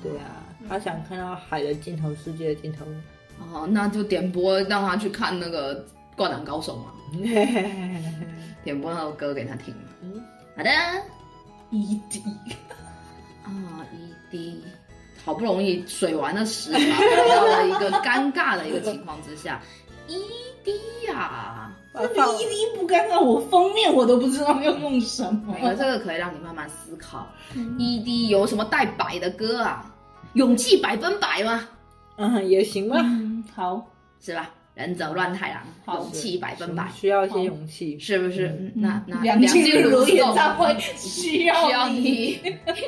对啊，他想看到海的尽头，世界的尽头。 哦，那就点播让他去看那个《灌篮高手》嘛，点播那首歌给他听。嗯，好的。 E D 啊 ，E D， 好不容易水完了时长，来到了一个尴尬的一个情况之下，E D 呀， 这个 E D 不尴尬，我封面我都不知道要用什么。 这个可以让你慢慢思考。嗯、E D 有什么带百的歌啊？勇气百分百吗？ 嗯，也行吧。 嗯，好， 是吧？忍者乱太郎，勇气百分百， 需要一些勇气， 是不是？嗯、那那梁静茹演唱会需要需要你。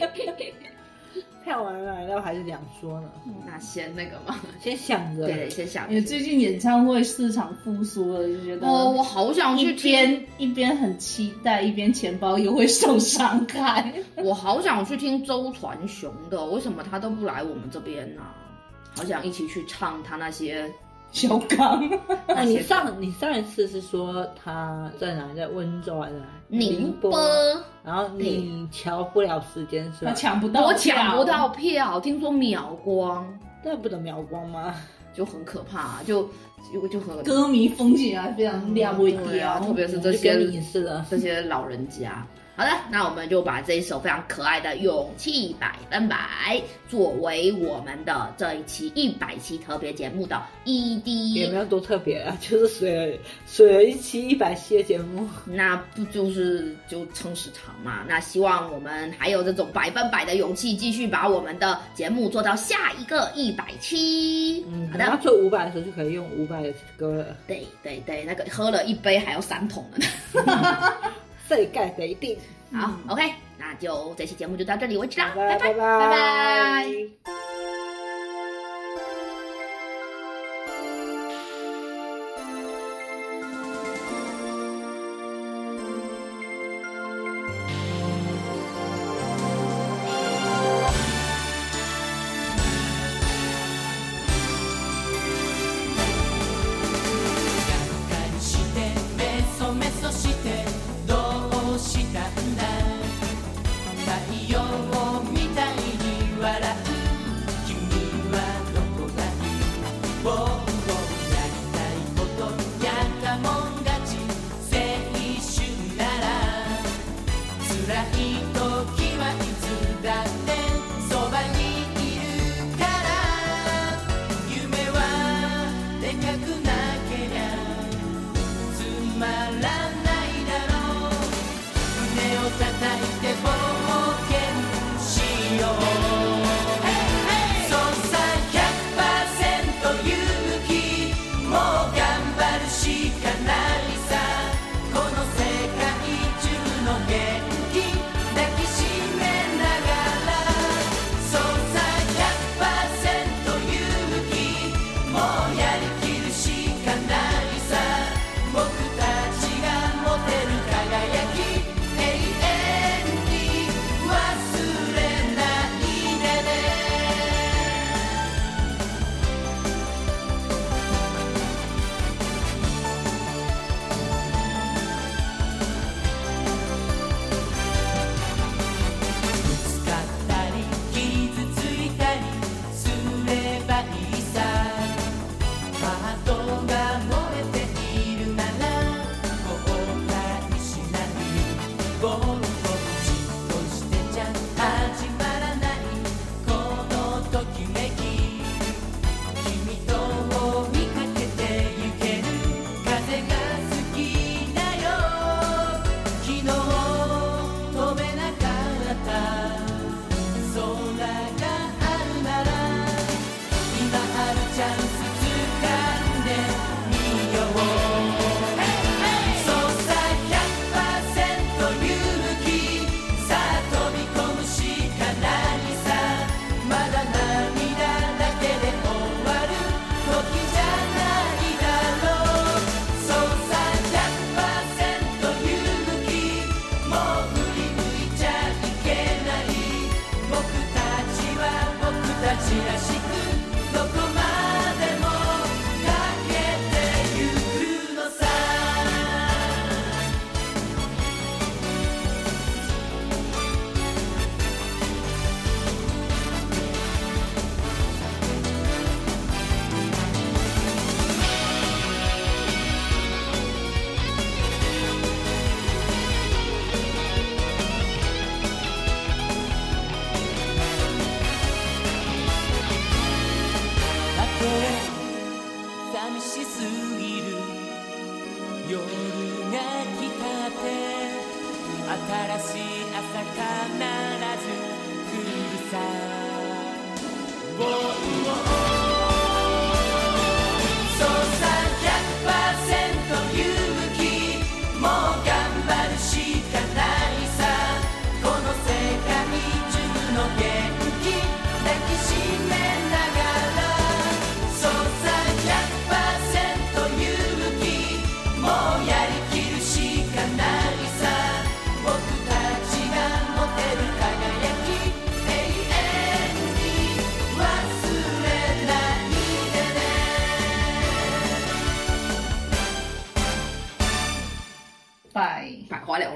看完了难道还是两说呢？ 那先那个嘛， 先想着， 对，先想着。 因为最近演唱会市场复苏了，就觉得哦，我好想去听， 一边一边很期待，一边钱包又会受伤害。 我好想去听周传雄的，为什么他都不来我们这边呢、啊？好想一起去唱他那些小刚。 啊，你上你上一次是说他在哪？在温州还是哪？ 宁波。 然后你瞧不了时间是吧？ 他抢不到， 我抢不到票，听说秒光。 那不能秒光吗？ 就很可怕、啊，就就就很歌迷疯起来非常亮不掉、 啊，特别是这些你是的这些老人家。好的，那我们就把这一首非常可爱的《勇气百分百》作为我们的这一期一百期特别节目的 E D， 也没有多特别啊，就是水了水了一期一百期的节目， 那不就是就撑时长嘛？那希望我们还有这种百分百的勇气，继续把我们的节目做到下一个一百期。 嗯， 好的， 要做五百的时候就可以用五百的歌了。 对对对，那个喝了一杯还要三桶呢。 世界第一定。 好、嗯、，OK， 那就这期节目就到这里为止啦， 拜拜拜拜拜拜。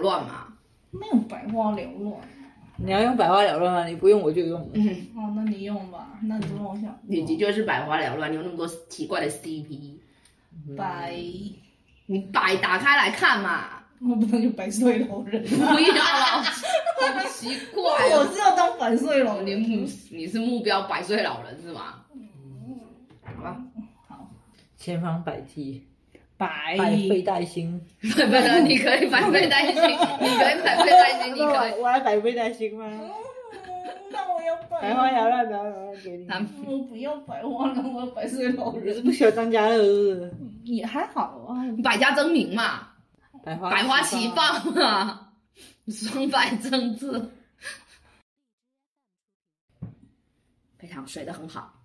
乱嘛。 没有百花缭乱。 你要用百花缭乱吗？你不用我就用了。 嗯， 哦，那你用吧，那你让我想。 你的确是百花缭乱，你有那么多奇怪的 C P。 百， 你百打开来看嘛。 我不能就百岁老人。 不要了，好奇怪、哦。 我是要当百岁老人。 你目你是目标百岁老人是吗？ 嗯， 好吧。 好。 千方百计。 百百废待兴。 不不，你可以百废待兴，你可以百废待兴，你可以。 我来百废待兴吗？ 那我要百百花缭乱，百花缭乱给你。 我不要百花了，我要百岁老人。 你是不喜欢张家乐是不是？ 也还好啊， 百家争鸣嘛， 百花百花齐放嘛，双百政策，非常睡得很好。